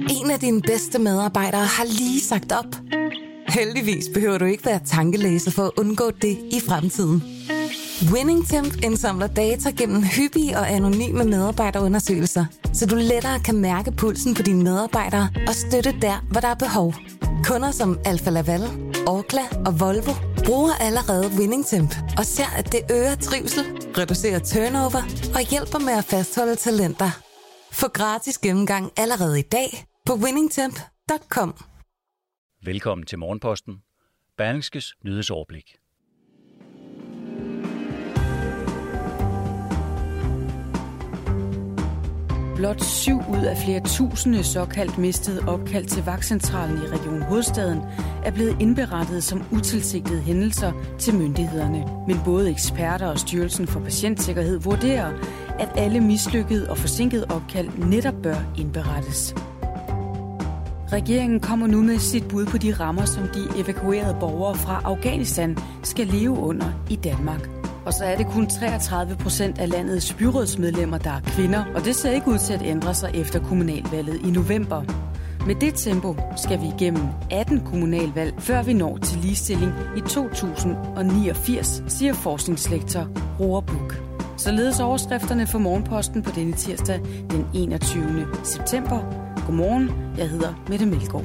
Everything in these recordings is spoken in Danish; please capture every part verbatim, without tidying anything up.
En af dine bedste medarbejdere har lige sagt op. Heldigvis behøver du ikke være tankelæser for at undgå det i fremtiden. WinningTemp indsamler data gennem hyppige og anonyme medarbejderundersøgelser, så du lettere kan mærke pulsen på dine medarbejdere og støtte der, hvor der er behov. Kunder som Alfa Laval, Orkla og Volvo bruger allerede WinningTemp og ser, at det øger trivsel, reducerer turnover og hjælper med at fastholde talenter. Få gratis gennemgang allerede i dag på winningtemp punktum com. Velkommen til Morgenposten. Berlingskes nyhedsoverblik. Blot syv ud af flere tusinde såkaldt mistede opkald til vagtcentralen i Region Hovedstaden er blevet indberettet som utilsigtede hændelser til myndighederne. Men både eksperter og Styrelsen for Patientsikkerhed vurderer, at alle mislykkede og forsinkede opkald netop bør indberettes. Regeringen kommer nu med sit bud på de rammer, som de evakuerede borgere fra Afghanistan skal leve under i Danmark. Og så er det kun treogtredive procent af landets byrådsmedlemmer, der er kvinder, og det ser ikke ud til at ændre sig efter kommunalvalget i november. Med det tempo skal vi igennem atten kommunalvalg, før vi når til ligestilling i to tusind niogfirs, siger forskningslektor Roar Buch. Således overskrifterne for Morgenposten på denne tirsdag den enogtyvende september. Godmorgen, jeg hedder Mette Melgaard.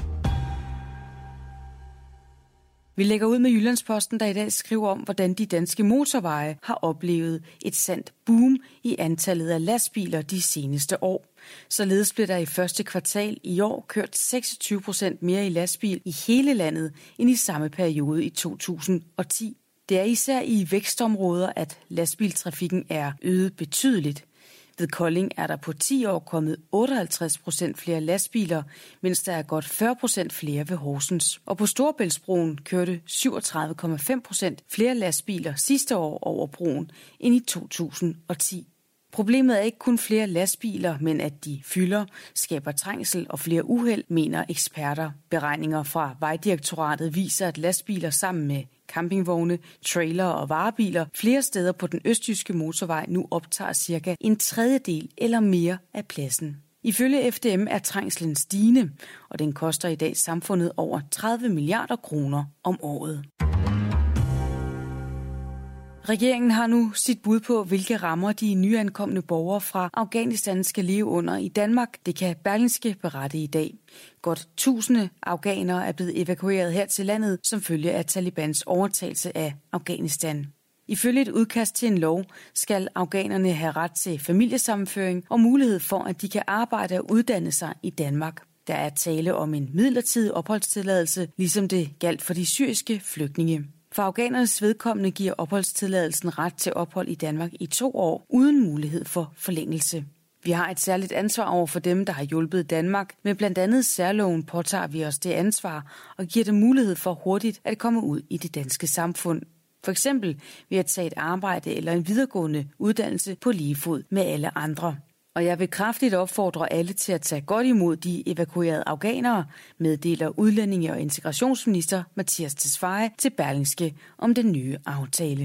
Vi lægger ud med Jyllandsposten, der i dag skriver om, hvordan de danske motorveje har oplevet et sandt boom i antallet af lastbiler de seneste år. Således blev der i første kvartal i år kørt seksogtyve procent mere i lastbil i hele landet end i samme periode i to tusind og ti. Det er især i vækstområder, at lastbiltrafikken er øget betydeligt. Ved Kolding er der på ti år kommet otteoghalvtreds procent flere lastbiler, mens der er godt fyrre procent flere ved Horsens. Og på Storebæltsbroen kørte syvogtredive komma fem procent flere lastbiler sidste år over broen end i to tusind og ti. Problemet er ikke kun flere lastbiler, men at de fylder, skaber trængsel og flere uheld, mener eksperter. Beregninger fra Vejdirektoratet viser, at lastbiler sammen med campingvogne, trailer og varebiler flere steder på den østjyske motorvej nu optager cirka en tredjedel eller mere af pladsen. Ifølge F D M er trængslen stigende, og den koster i dag samfundet over tredive milliarder kroner om året. Regeringen har nu sit bud på, hvilke rammer de nyankomne borgere fra Afghanistan skal leve under i Danmark. Det kan Berlingske berette i dag. Godt tusinde afghanere er blevet evakueret her til landet som følge af Talibans overtagelse af Afghanistan. Ifølge et udkast til en lov skal afghanerne have ret til familiesammenføring og mulighed for, at de kan arbejde og uddanne sig i Danmark. Der er tale om en midlertidig opholdstilladelse, ligesom det galt for de syriske flygtninge. For afghanernes vedkommende giver opholdstilladelsen ret til ophold i Danmark i to år uden mulighed for forlængelse. Vi har et særligt ansvar over for dem, der har hjulpet Danmark. Med blandt andet særloven påtager vi os det ansvar og giver dem mulighed for hurtigt at komme ud i det danske samfund. For eksempel ved at tage et arbejde eller en videregående uddannelse på lige fod med alle andre. Og jeg vil kraftigt opfordre alle til at tage godt imod de evakuerede afghanere, meddeler udlændinge- og integrationsminister Mattias Tesfaye til Berlingske om den nye aftale.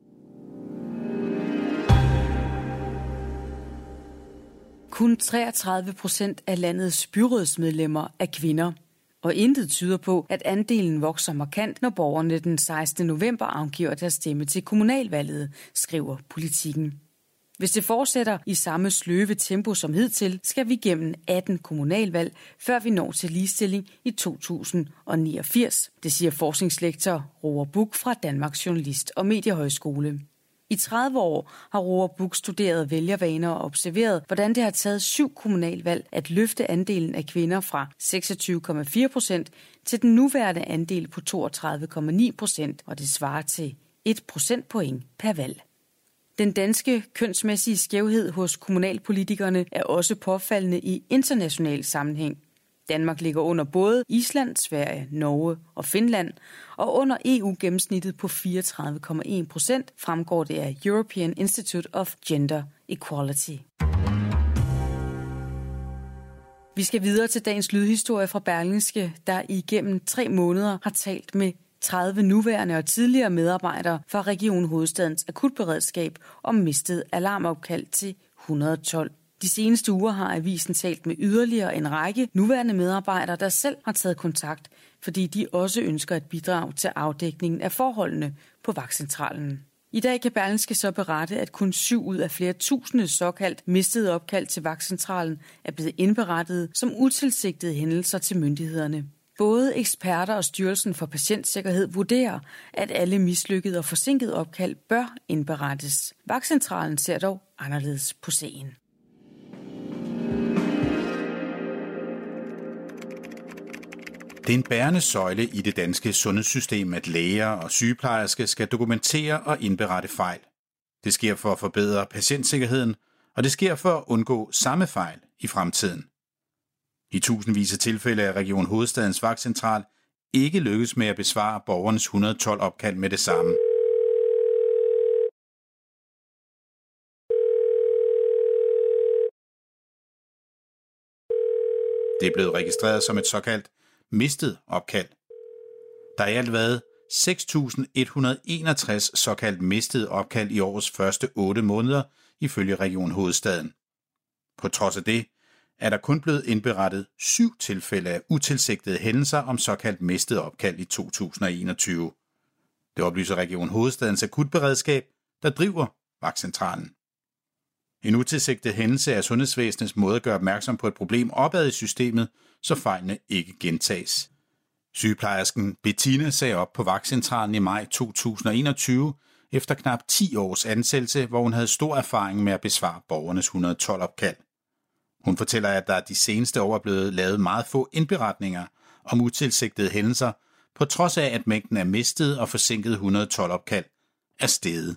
Kun treogtredive procent af landets byrådsmedlemmer er kvinder, og intet tyder på, at andelen vokser markant, når borgerne den sekstende november afgiver deres stemme til kommunalvalget, skriver Politikken. Hvis det fortsætter i samme sløve tempo som hidtil, skal vi gennem atten kommunalvalg, før vi når til ligestilling i to tusind niogfirs. Det siger forskningslektor Roar Buch fra Danmarks Journalist- og Mediehøjskole. I tredive år har Roar Buch studeret vælgervaner og observeret, hvordan det har taget syv kommunalvalg at løfte andelen af kvinder fra seksogtyve komma fire procent til den nuværende andel på toogtredive komma ni procent, og det svarer til et procentpoint per valg. Den danske kønsmæssige skævhed hos kommunalpolitikerne er også påfaldende i international sammenhæng. Danmark ligger under både Island, Sverige, Norge og Finland, og under E U-gennemsnittet på fireogtredive komma en procent, fremgår det af European Institute of Gender Equality. Vi skal videre til dagens lydhistorie fra Berlingske, der igennem tre måneder har talt med tredive nuværende og tidligere medarbejdere fra Region Hovedstadens akutberedskab om mistet alarmopkald til et hundrede og tolv. De seneste uger har avisen talt med yderligere en række nuværende medarbejdere, der selv har taget kontakt, fordi de også ønsker et bidrag til afdækningen af forholdene på vagtcentralen. I dag kan Berlingske så berette, at kun syv ud af flere tusinde såkaldt mistede opkald til vagtcentralen er blevet indberettet som utilsigtede hændelser til myndighederne. Både eksperter og Styrelsen for Patientsikkerhed vurderer, at alle mislykkede og forsinkede opkald bør indberettes. Vagtcentralen ser dog anderledes på sagen. Det er en bærende søjle i det danske sundhedssystem, at læger og sygeplejersker skal dokumentere og indberette fejl. Det sker for at forbedre patientsikkerheden, og det sker for at undgå samme fejl i fremtiden. I tusindvis af tilfælde er Region Hovedstadens Vagtcentral ikke lykkes med at besvare borgernes et hundrede og tolv opkald med det samme. Det er blevet registreret som et såkaldt mistet opkald. Der er i alt været seks tusind et hundrede og enogtres såkaldt mistede opkald i årets første otte måneder, ifølge Region Hovedstaden. På trods af det er der kun blevet indberettet syv tilfælde af utilsigtede hændelser om såkaldt mistede opkald i to tusind og enogtyve. Det oplyser Region Hovedstadens akutberedskab, der driver vagtcentralen. En utilsigtet hændelse er sundhedsvæsenets måde at gøre opmærksom på et problem opad i systemet, så fejlene ikke gentages. Sygeplejersken Bettina sagde op på vagtcentralen i maj to tusind og enogtyve efter knap ti års ansættelse, hvor hun havde stor erfaring med at besvare borgernes et hundrede og tolv opkald. Hun fortæller, at der de seneste år er blevet lavet meget få indberetninger om utilsigtede hændelser, på trods af, at mængden af mistede og forsinkede et hundrede og tolv opkald er steget.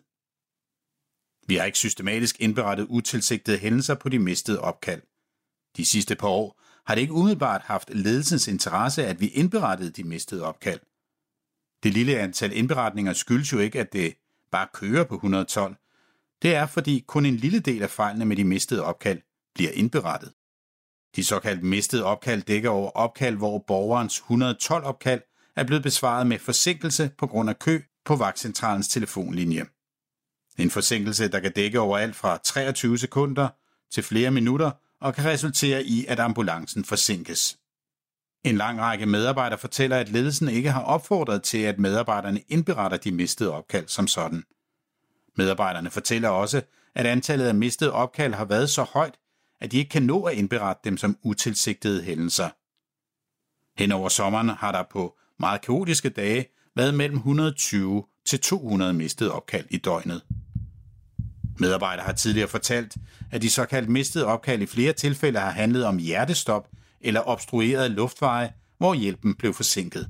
Vi har ikke systematisk indberettet utilsigtede hændelser på de mistede opkald. De sidste par år har det ikke umiddelbart haft ledelsens interesse, at vi indberettede de mistede opkald. Det lille antal indberetninger skyldes jo ikke, at det bare kører på et hundrede og tolv. Det er, fordi kun en lille del af fejlene med de mistede opkald bliver indberettet. De såkaldt mistede opkald dækker over opkald, hvor borgerens et hundrede og tolv opkald er blevet besvaret med forsinkelse på grund af kø på vagtcentralens telefonlinje. En forsinkelse, der kan dække over alt fra treogtyve sekunder til flere minutter og kan resultere i, at ambulancen forsinkes. En lang række medarbejdere fortæller, at ledelsen ikke har opfordret til, at medarbejderne indberetter de mistede opkald som sådan. Medarbejderne fortæller også, at antallet af mistede opkald har været så højt, at de ikke kan nå at indberette dem som utilsigtede hændelser. Hen over sommeren har der på meget kaotiske dage været mellem et hundrede og tyve til to hundrede mistede opkald i døgnet. Medarbejdere har tidligere fortalt, at de såkaldt mistede opkald i flere tilfælde har handlet om hjertestop eller obstruerede luftveje, hvor hjælpen blev forsinket.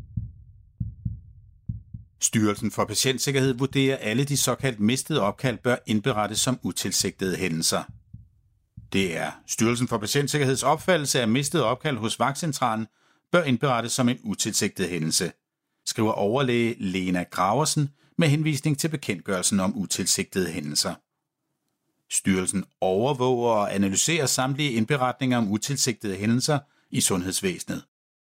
Styrelsen for Patientsikkerhed vurderer, at alle de såkaldt mistede opkald bør indberettes som utilsigtede hændelser. Det er Styrelsen for Patientsikkerheds opfattelse, at mistede opkald hos vagtcentralen bør indberettes som en utilsigtet hændelse, skriver overlæge Lena Graversen med henvisning til bekendtgørelsen om utilsigtede hændelser. Styrelsen overvåger og analyserer samtlige indberetninger om utilsigtede hændelser i sundhedsvæsenet.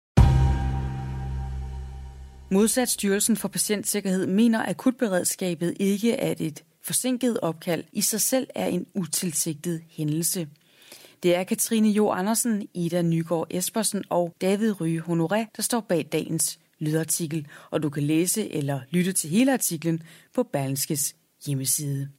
Modsat Styrelsen for Patientsikkerhed mener akutberedskabet ikke, at et forsinket opkald i sig selv er en utilsigtet hændelse. Det er Katrine Jo Andersen, Ida Nygaard Espersen og David Ryge Honoré, der står bag dagens lydartikel, og du kan læse eller lytte til hele artiklen på Berlingskes hjemmeside.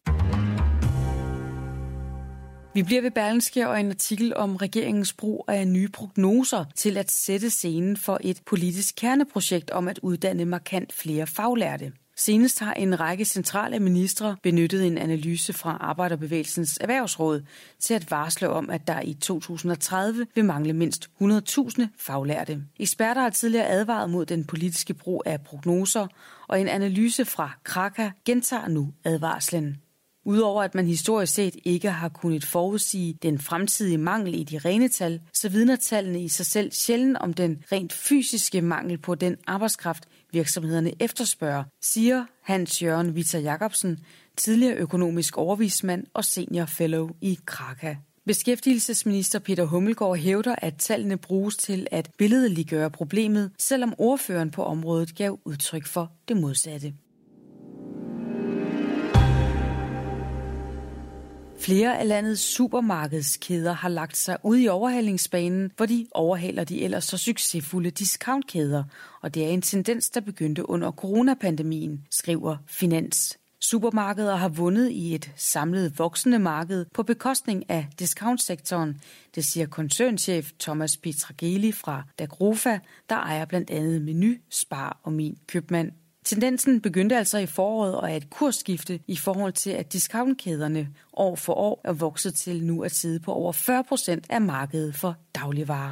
Vi bliver ved Berlingske og en artikel om regeringens brug af nye prognoser til at sætte scenen for et politisk kerneprojekt om at uddanne markant flere faglærte. Senest har en række centrale ministre benyttet en analyse fra Arbejderbevægelsens Erhvervsråd til at varsle om, at der i to tusind og tredive vil mangle mindst hundrede tusind faglærte. Eksperter har tidligere advaret mod den politiske brug af prognoser, og en analyse fra Kraka gentager nu advarslen. Udover at man historisk set ikke har kunnet forudsige den fremtidige mangel i de rene tal, så vidner tallene i sig selv sjældent om den rent fysiske mangel på den arbejdskraft, virksomhederne efterspørger, siger Hans Jørgen Vita Jacobsen, tidligere økonomisk overvismand og senior fellow i Kraka. Beskæftigelsesminister Peter Hummelgaard hævder, at tallene bruges til at billedliggøre problemet, selvom ordføreren på området gav udtryk for det modsatte. Flere af landets supermarkedskæder har lagt sig ud i overhalingsbanen, hvor de overhaler de ellers så succesfulde discountkæder. Og det er en tendens, der begyndte under coronapandemien, skriver Finans. Supermarkeder har vundet i et samlet voksende marked på bekostning af discountsektoren, det siger koncernchef Thomas Pietrageli fra Dagrofa, der ejer blandt andet Meny, Spar og Min Købmand. Tendensen begyndte altså i foråret og er et kursskifte i forhold til, at discountkæderne år for år er vokset til nu at sidde på over fyrre procent af markedet for dagligvarer.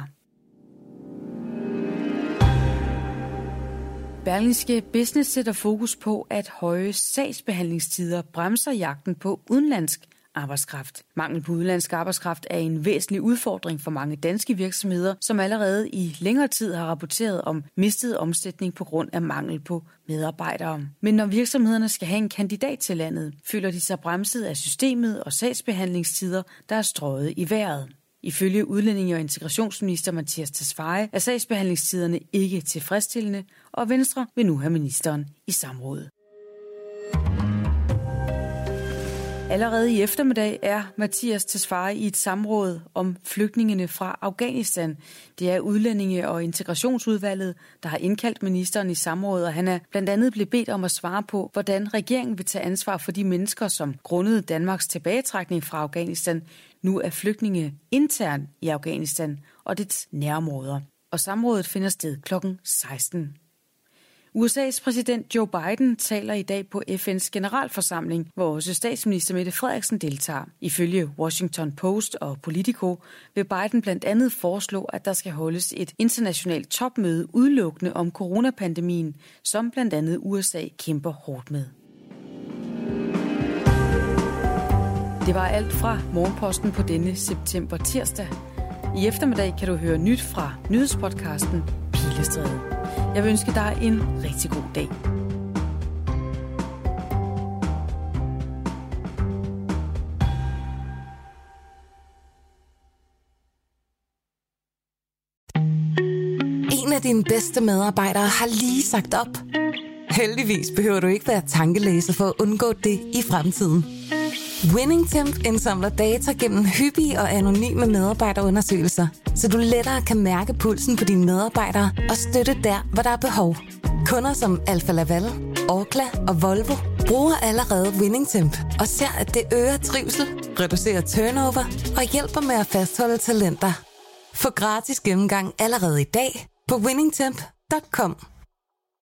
Berlingske Business sætter fokus på, at høje sagsbehandlingstider bremser jagten på udenlandsk arbejdskraft. Mangel på udenlandsk arbejdskraft er en væsentlig udfordring for mange danske virksomheder, som allerede i længere tid har rapporteret om mistet omsætning på grund af mangel på medarbejdere. Men når virksomhederne skal have en kandidat til landet, føler de sig bremset af systemet og sagsbehandlingstider, der er strøget i vejret. Ifølge udlændinge- og integrationsminister Mattias Tesfaye er sagsbehandlingstiderne ikke tilfredsstillende, og Venstre vil nu have ministeren i samråd. Allerede i eftermiddag er Mattias Tesfaye i et samråd om flygtningene fra Afghanistan. Det er udlændinge- og integrationsudvalget, der har indkaldt ministeren i samråd, og han er blandt andet blevet bedt om at svare på, hvordan regeringen vil tage ansvar for de mennesker, som grundede Danmarks tilbagetrækning fra Afghanistan, nu er flygtninge internt i Afghanistan og dets nærområder. Og samrådet finder sted klokken seksten. U S A's præsident Joe Biden taler i dag på F N's generalforsamling, hvor også statsminister Mette Frederiksen deltager. Ifølge Washington Post og Politico vil Biden blandt andet foreslå, at der skal holdes et internationalt topmøde udelukkende om coronapandemien, som blandt andet U S A kæmper hårdt med. Det var alt fra Morgenposten på denne september tirsdag. I eftermiddag kan du høre nyt fra nyhedspodcasten Pilestræde. Jeg vil ønske dig en rigtig god dag. En af dine bedste medarbejdere har lige sagt op. Heldigvis behøver du ikke være tankelæser for at undgå det i fremtiden. WinningTemp indsamler data gennem hyppige og anonyme medarbejderundersøgelser, så du lettere kan mærke pulsen på dine medarbejdere og støtte der, hvor der er behov. Kunder som Alfa Laval, Orkla og Volvo bruger allerede WinningTemp og ser, at det øger trivsel, reducerer turnover og hjælper med at fastholde talenter. Få gratis gennemgang allerede i dag på winningtemp punktum com.